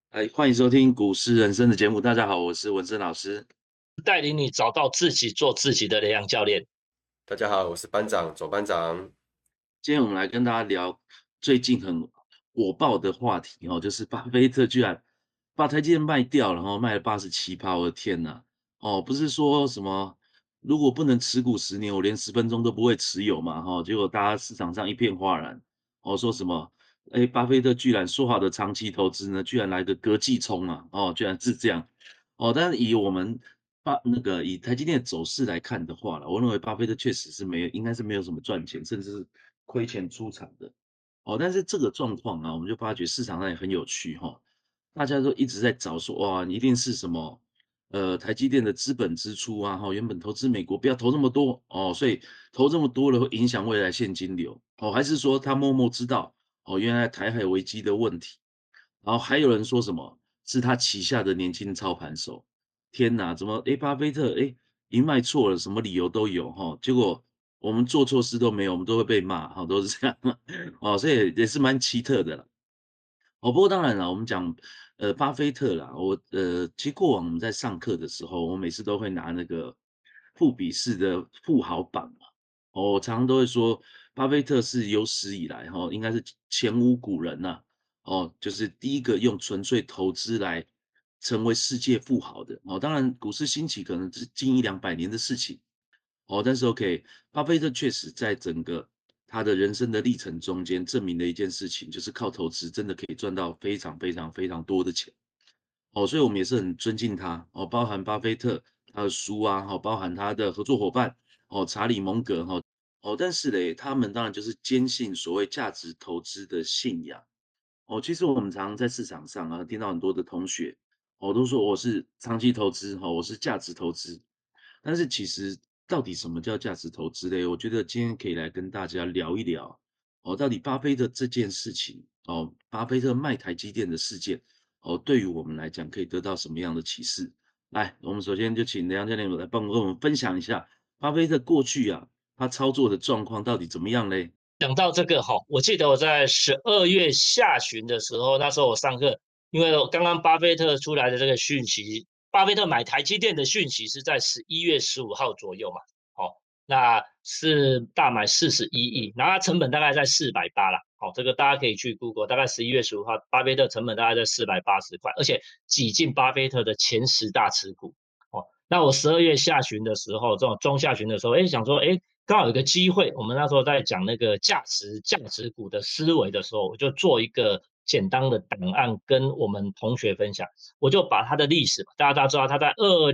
欢迎收听股市人生的节目。大家好，我是文森老师。 带领你找到自己做自己的雷洋教练。 大家好，我是班长左班长。 今天我们来跟大家聊最近很火爆的话题就是巴菲特居然把台积电卖掉了，然后卖了87%，我的天哪！不是说什么如果不能持股10年，我连10分钟都不会持有嘛，结果大家市场上一片哗然，说什么，巴菲特居然说好的长期投资呢，居然来个割季冲啊，居然是这样，但是以我们以台积电的走势来看的话了，我认为巴菲特确实是应该是没有什么赚钱，甚至是亏钱出场的。但是这个状况啊，我们就发觉市场上也很有趣大家都一直在找说，哇，一定是什么台积电的资本支出啊，原本投资美国不要投这么多所以投这么多了会影响未来现金流还是说他默默知道原来台海危机的问题，然后还有人说什么是他旗下的年轻操盘手。天哪，怎么巴菲特一卖错了，什么理由都有结果我们做错事都没有，我们都会被骂都是这样所以也是蛮奇特的啦。不过当然了，我们讲巴菲特啦，其实过往我们在上课的时候，我每次都会拿那个富比士的富豪榜嘛，我常常都会说巴菲特是有史以来应该是前无古人呐就是第一个用纯粹投资来成为世界富豪的当然股市兴起可能是近100-200年的事情但是 OK，巴菲特确实在整个他的人生的历程中间证明了一件事情，就是靠投资真的可以赚到非常非常非常多的钱所以我们也是很尊敬他包含巴菲特他的书啊包含他的合作伙伴查理蒙格但是嘞，他们当然就是坚信所谓价值投资的信仰其实我们常常在市场上啊听到很多的同学都说我是长期投资我是价值投资，但是其实到底什么叫价值投资嘞？我觉得今天可以来跟大家聊一聊到底巴菲特这件事情巴菲特卖台积电的事件对于我们来讲可以得到什么样的启示？来，我们首先就请梁教练来跟我们分享一下巴菲特过去啊他操作的状况到底怎么样嘞？ 讲到这个我记得我在12月下旬的时候，那时候我上课，因为刚刚巴菲特出来的这个讯息，巴菲特买台积电的讯息是在11月15号左右嘛，那是大买41亿，然后它成本大概在480啦，这个大家可以去 Google， 大概11月15号，巴菲特成本大概在480块，而且挤进巴菲特的前10大持股，那我12月下旬的时候，这种中下旬的时候，想说，刚好有个机会，我们那时候在讲那个价值股的思维的时候，我就做一个简单的档案跟我们同学分享。我就把他的历史，大家知道他在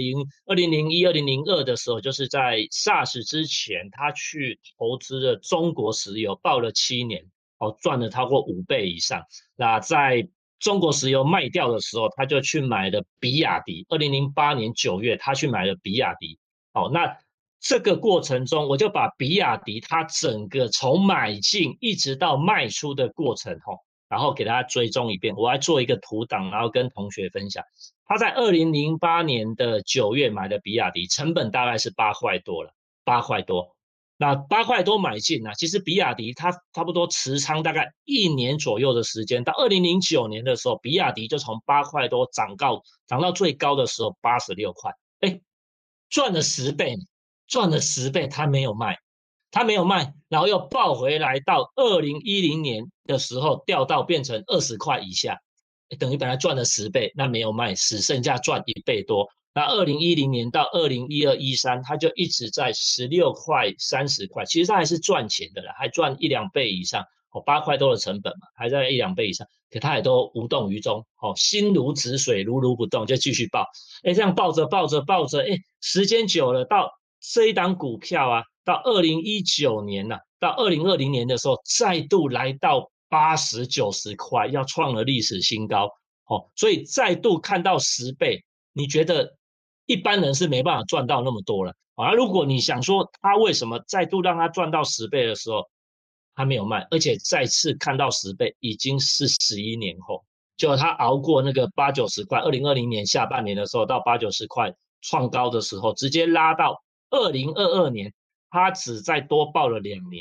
2001、2002的时候，就是在 SARS 之前，他去投资了中国石油，报了7年，赚了超过5倍以上。那在中国石油卖掉的时候，他就去买了比亚迪。2008年9月，他去买了比亚迪。那这个过程中，我就把比亚迪它整个从买进一直到卖出的过程，然后给大家追踪一遍。我还做一个图档，然后跟同学分享。他在2008年的9月买的比亚迪，成本大概是8块多了，8块多。那8块多买进其实比亚迪它差不多持仓大概1年左右的时间，到2009年的时候，比亚迪就从8块多涨到最高的时候86块，赚了10倍，赚了10倍，他没有卖，然后又爆回来到2010年的时候掉到变成20块以下，等于本来赚了10倍，那没有卖，只剩下赚1倍多。那2010年到2012、13，他就一直在16块、30块，其实他还是赚钱的啦，还赚1-2倍以上。8块多的成本嘛，还在1-2倍以上，可他也都无动于衷，心如止水，如如不动，就继续抱。这样抱着，时间久了，到这一档股票到2019年到2020年的时候，再度来到80、90块，要创了历史新高。所以再度看到10倍，你觉得一般人是没办法赚到那么多了。如果你想说他为什么再度让他赚到10倍的时候，他没有卖，而且再次看到10倍，已经是11年后。就他熬过那个80、90块，2020年下半年的时候到80、90块创高的时候，直接拉到2022年，他只再多报了2年，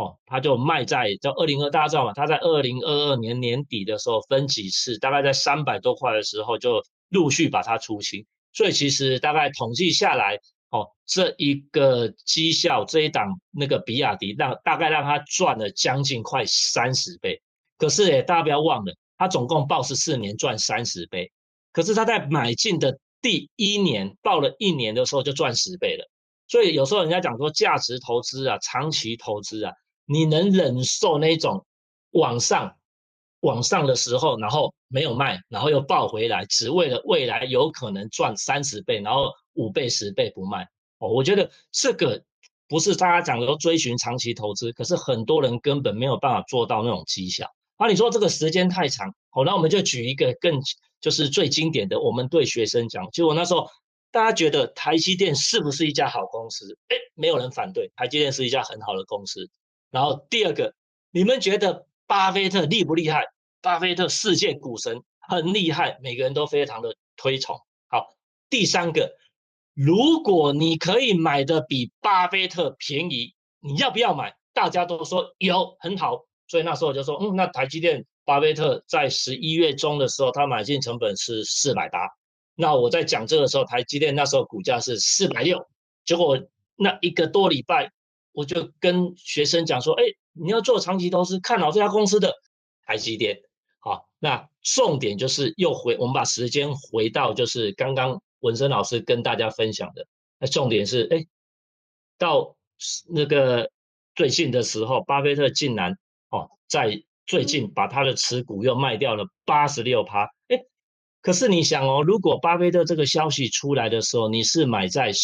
他就卖在叫2022，大家知道吗？他在2022年年底的时候分几次，大概在300多块的时候就陆续把它出清，所以其实大概统计下来，这一个绩效这一档那个比亚迪大概让他赚了将近快30倍。可是大家不要忘了，他总共抱14年赚30倍，可是他在买进的第1年抱了1年的时候就赚10倍了。所以有时候人家讲说价值投资啊，长期投资啊，你能忍受那种往上的时候，然后没有卖，然后又抱回来，只为了未来有可能赚30倍，然后5倍10倍不卖。我觉得这个不是大家讲的说追寻长期投资，可是很多人根本没有办法做到那种绩效。你说这个时间太长，那我们就举一个就是最经典的，我们对学生讲，结果那时候大家觉得台积电是不是一家好公司？没有人反对，台积电是一家很好的公司。然后第二个，你们觉得巴菲特厉不厉害？巴菲特世界股神很厉害，每个人都非常的推崇。好，第三个，如果你可以买的比巴菲特便宜，你要不要买？大家都说有，很好。所以那时候我就说，那台积电巴菲特在11月中的时候，他买进成本是480。那我在讲这个时候，台积电那时候股价是460，结果那1个多礼拜，我就跟学生讲说，你要做长期投资，看好这家公司的台积电。好，那重点就是我们把时间回到就是刚刚文生老师跟大家分享的，那重点是，到那个最近的时候，巴菲特竟然在最近把他的持股又卖掉了86%。可是你想如果巴菲特这个消息出来的时候，你是买在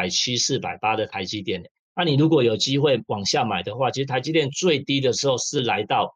470、480的台积电，那你如果有机会往下买的话，其实台积电最低的时候是来到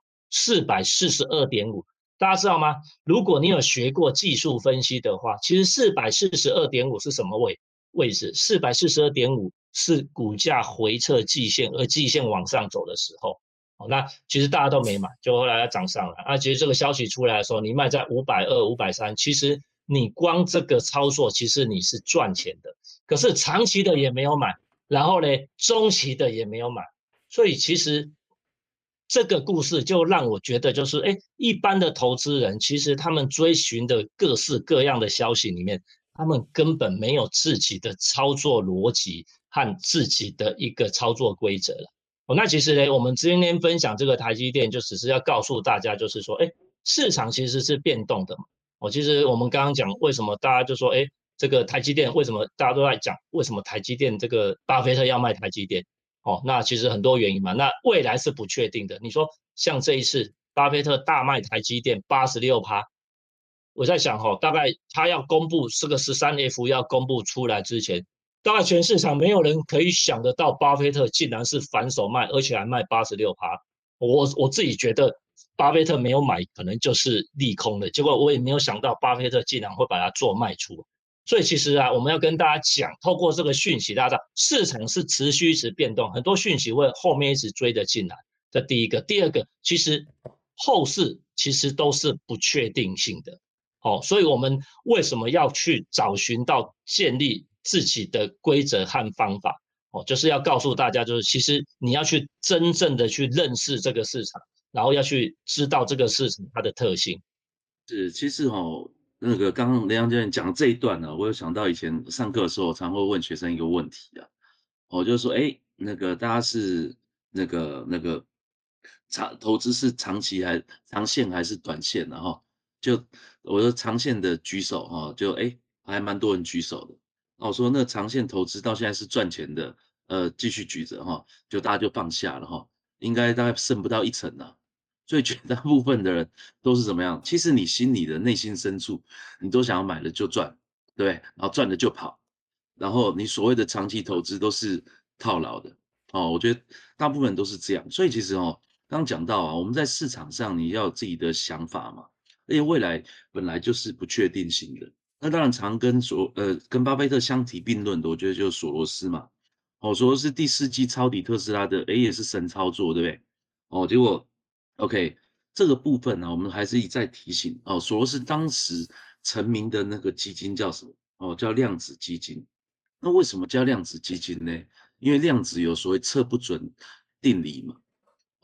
442.5。大家知道吗？如果你有学过技术分析的话，其实442.5是什么位置？442.5是股价回撤季线，而季线往上走的时候。那其实大家都没买，就后来它涨上来。其实这个消息出来的时候，你卖在520、530，其实你光这个操作，其实你是赚钱的。可是长期的也没有买，然后呢，中期的也没有买，所以其实这个故事就让我觉得，就是一般的投资人，其实他们追寻的各式各样的消息里面，他们根本没有自己的操作逻辑和自己的一个操作规则了。那其实呢，我们今天分享这个台积电，就只是要告诉大家，就是说，市场其实是变动的嘛。其实我们刚刚讲，为什么大家就说，这个台积电为什么大家都在讲，为什么台积电这个巴菲特要卖台积电？那其实很多原因嘛。那未来是不确定的。你说像这一次巴菲特大卖台积电86%，我在想大概他要公布这个13F 要公布出来之前，大概全市场没有人可以想得到巴菲特竟然是反手卖，而且还卖86%。我自己觉得巴菲特没有买，可能就是利空的。结果我也没有想到巴菲特竟然会把它做卖出。所以其实我们要跟大家讲，透过这个讯息，大家知道市场是持续一直变动，很多讯息会后面一直追着进来。这第一个，第二个，其实后市其实都是不确定性的。所以我们为什么要去找寻到建立自己的规则和方法？就是要告诉大家，就是其实你要去真正的去认识这个市场，然后要去知道这个市场它的特性。 是，其实那个刚刚梁教练讲的这一段呢，我有想到以前上课的时候，常会问学生一个问题就是说，那个大家是那个投资是长线还是短线的就我说长线的举手就还蛮多人举手的。那我说那长线投资到现在是赚钱的，继续举着就大家就放下了应该大概剩不到1成啊。所以绝大部分的人都是怎么样？其实你心里的内心深处，你都想要买了就赚，对，然后赚了就跑，然后你所谓的长期投资都是套牢的我觉得大部分人都是这样。所以其实刚刚讲到我们在市场上你要有自己的想法嘛，而且未来本来就是不确定性的。那当然常跟巴菲特相提并论的，我觉得就是索罗斯嘛。索罗斯第4季抄底特斯拉的，也是神操作，对不对？结果 OK， 这个部分呢，我们还是一再提醒索罗斯当时成名的那个基金叫什么？叫量子基金。那为什么叫量子基金呢？因为量子有所谓测不准定理嘛。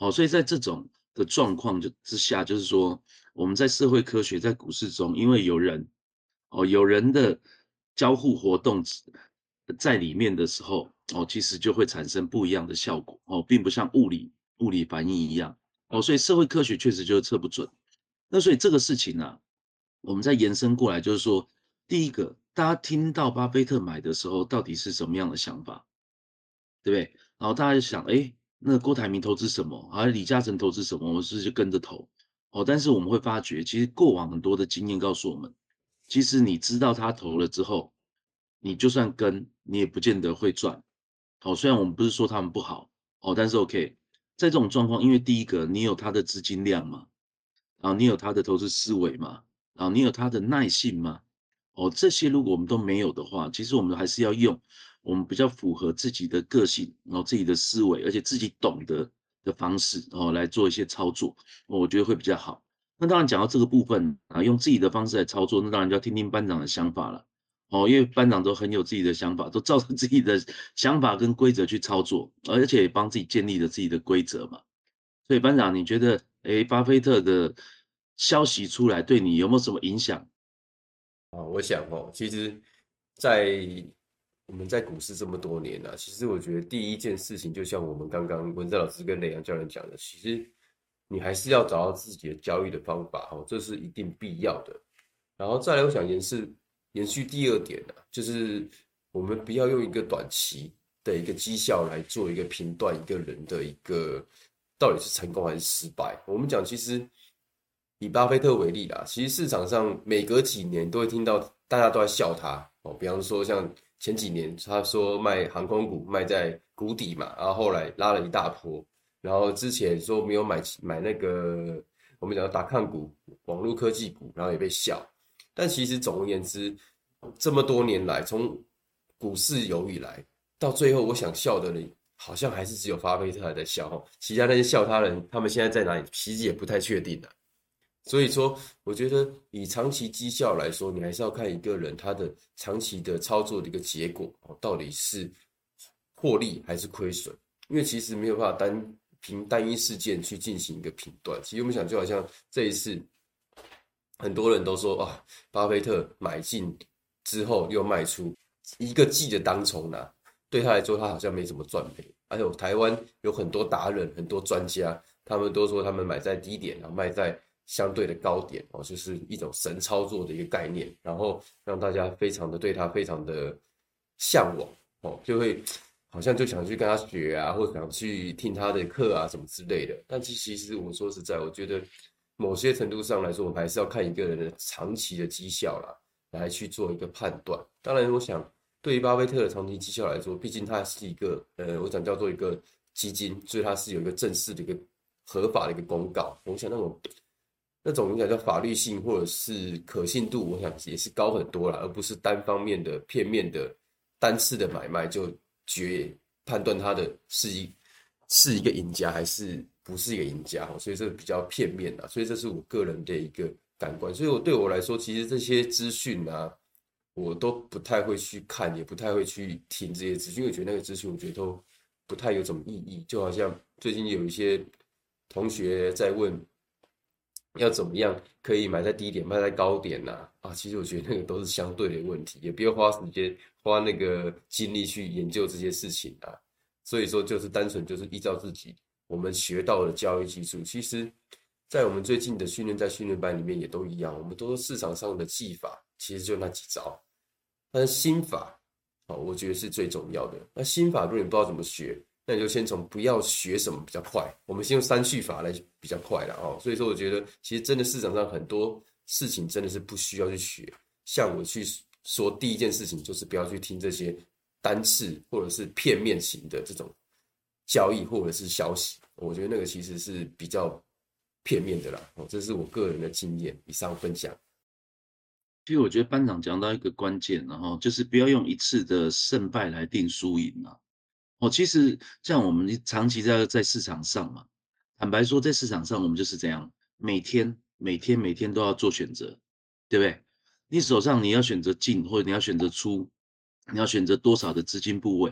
所以在这种的状况之下，就是说我们在社会科学在股市中，因为有人的交互活动在里面的时候，其实就会产生不一样的效果，并不像物理反应一样，所以社会科学确实就是测不准。那所以这个事情呢，我们再延伸过来，就是说，第一个，大家听到巴菲特买的时候，到底是什么样的想法，对不对？然后大家就想，哎，那郭台铭投资什么？李嘉诚投资什么？我们是不是就跟着投？但是我们会发觉，其实过往很多的经验告诉我们，其实你知道他投了之后，你就算跟，你也不见得会赚。虽然我们不是说他们不好，但是 OK，在这种状况，因为第一个，你有他的资金量嘛，然后你有他的投资思维嘛，然后你有他的耐性嘛，这些如果我们都没有的话，其实我们还是要用我们比较符合自己的个性，然后自己的思维，而且自己懂得的方式，来做一些操作，我觉得会比较好。那当然讲到这个部分啊，用自己的方式来操作，那当然就要听听班长的想法了。因为班长都很有自己的想法，都照着自己的想法跟规则去操作，而且也帮自己建立了自己的规则嘛。所以班长，你觉得，巴菲特的消息出来对你有没有什么影响？ 我想其实，在我们在股市这么多年啊，其实我觉得第一件事情，就像我们刚刚文哲老师跟雷阳教练讲的，其实你还是要找到自己的交易的方法，这是一定必要的。然后再来，我想延续第二点啊，就是我们不要用一个短期的一个绩效来做一个评断一个人的一个到底是成功还是失败。我们讲，其实以巴菲特为例啦，其实市场上每隔几年都会听到大家都在笑他比方说像前几年他说卖航空股卖在谷底嘛，然后后来拉了一大波，然后之前说没有买那个我们讲的打抗股、网络科技股，然后也被笑。但其实总而言之，这么多年来，从股市有以来，到最后，我想笑的人好像还是只有巴菲特还在笑，其他那些笑他人，他们现在在哪里，其实也不太确定了。所以说，我觉得以长期绩效来说，你还是要看一个人他的长期的操作的一个结果，到底是获利还是亏损。因为其实没有办法凭单一事件去进行一个评断。其实我们想，就好像这一次，很多人都说巴菲特买进之后又卖出，一个季的当冲对他来说他好像没怎么赚赔。还有台湾有很多达人、很多专家，他们都说他们买在低点，然后卖在相对的高点就是一种神操作的一个概念，然后让大家对他非常的向往就会好像就想去跟他学啊，或者想去听他的课啊什么之类的。但其实我说实在，我觉得某些程度上来说，我们还是要看一个人的长期的绩效啦，来去做一个判断。当然，我想对于巴菲特的长期绩效来说，毕竟它是一个我想叫做一个基金，所以它是有一个正式的一个合法的一个公告。我想那种应该叫法律性或者是可信度，我想也是高很多啦，而不是单方面的片面的单次的买卖就判断他的是一个赢家还是不是一个赢家，所以这个比较片面啦，所以这是我个人的一个感官。所以对我来说，其实这些资讯我都不太会去看，也不太会去听这些资讯，因为我觉得那个资讯我觉得都不太有什么意义。就好像最近有一些同学在问，要怎么样可以买在低点卖在高点其实我觉得那个都是相对的问题，也不要花时间花那个精力去研究这些事情所以说就是单纯就是依照自己我们学到的交易技术，其实在我们最近的训练班里面也都一样，我们都说市场上的技法其实就那几招，但是心法我觉得是最重要的。那心法如果你不知道怎么学，那你就先从不要学什么比较快，我们先用3序法来比较快啦所以说我觉得其实真的市场上很多事情真的是不需要去学。像我去说第一件事情就是不要去听这些单次或者是片面型的这种交易或者是消息，我觉得那个其实是比较片面的啦这是我个人的经验，以上分享。 其实我觉得班长讲到一个关键，然后就是不要用一次的胜败来定输赢其实像我们长期在市场上嘛，坦白说，在市场上我们就是这样，每天都要做选择，对不对？你手上你要选择进，或者你要选择出，你要选择多少的资金部位，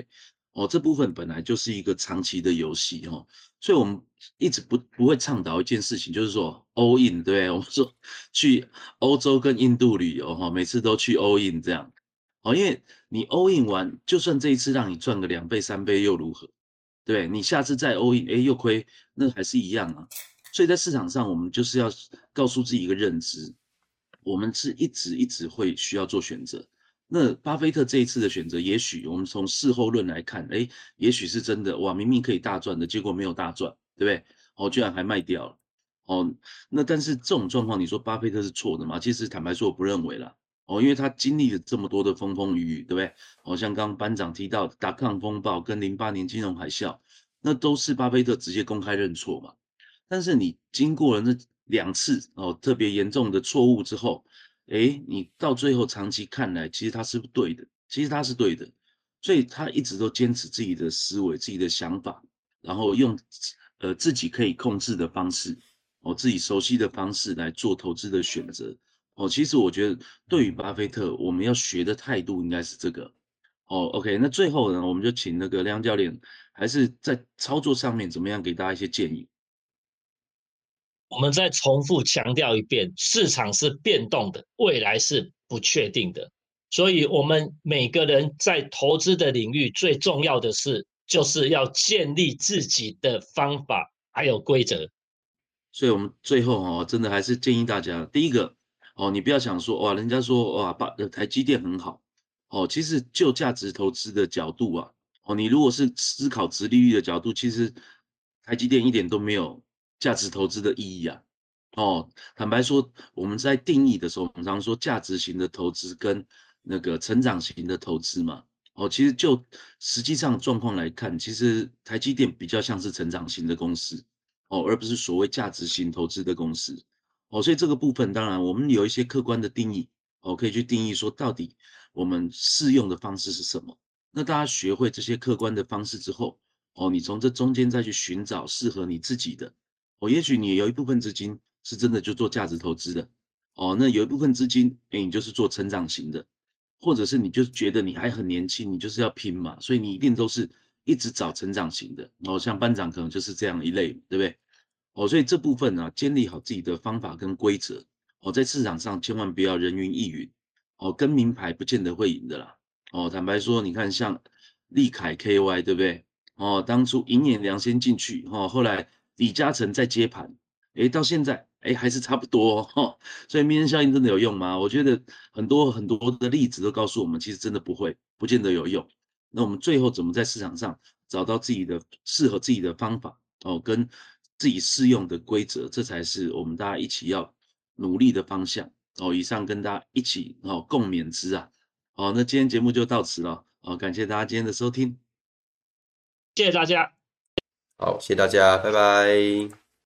这部分本来就是一个长期的游戏所以我们一直不会倡导一件事情，就是说 all in，对不对？我们说去欧洲跟印度旅游每次都去 all in 这样因为你 all in 完，就算这一次让你赚个2倍3倍又如何？对，你下次再 all in，又亏，那还是一样啊。所以在市场上，我们就是要告诉自己一个认知，我们是一直会需要做选择。那巴菲特这一次的选择，也许我们从事后论来看，也许是真的，哇，明明可以大赚的，结果没有大赚，对不对？居然还卖掉了。那但是这种状况，你说巴菲特是错的吗？其实坦白说，我不认为啦。因为他经历了这么多的风风雨雨，对不对？像刚刚班长提到的达康风暴跟08年金融海啸，那都是巴菲特直接公开认错嘛。但是你经过了那2次特别严重的错误之后，你到最后长期看来，其实他是对的，其实他是对的，所以他一直都坚持自己的思维、自己的想法，然后用自己可以控制的方式，自己熟悉的方式来做投资的选择。其实我觉得对于巴菲特，我们要学的态度应该是这个。OK，那最后呢，我们就请那个梁教练，还是在操作上面怎么样给大家一些建议？ 我们再重复强调一遍，市场是变动的，未来是不确定的，所以我们每个人在投资的领域最重要的是，就是要建立自己的方法还有规则。 所以我们最后真的还是建议大家，第一个你不要想说哇，人家说哇台积电很好其实就价值投资的角度啊你如果是思考殖利率的角度，其实台积电一点都没有价值投资的意义啊坦白说，我们在定义的时候，我们常说价值型的投资跟那个成长型的投资嘛其实就实际上状况来看，其实台积电比较像是成长型的公司而不是所谓价值型投资的公司所以这个部分当然我们有一些客观的定义可以去定义说到底我们适用的方式是什么。那大家学会这些客观的方式之后你从这中间再去寻找适合你自己的也许你有一部分资金是真的就做价值投资的那有一部分资金你就是做成长型的，或者是你就是觉得你还很年轻，你就是要拼嘛，所以你一定都是一直找成长型的像班长可能就是这样一类，对不对？所以这部分呢，建立好自己的方法跟规则在市场上千万不要人云亦云跟名牌不见得会赢的啦坦白说，你看像利凯 KY 对不对当初银眼良先进去后来李嘉诚在接盘到现在还是差不多所以名人效应真的有用吗？我觉得很多很多的例子都告诉我们，其实真的不会，不见得有用。那我们最后怎么在市场上找到自己的适合自己的方法跟自己适用的规则，这才是我们大家一起要努力的方向以上跟大家一起共勉之啊。那今天节目就到此了感谢大家今天的收听， 谢谢大家。 好，谢谢大家，拜拜。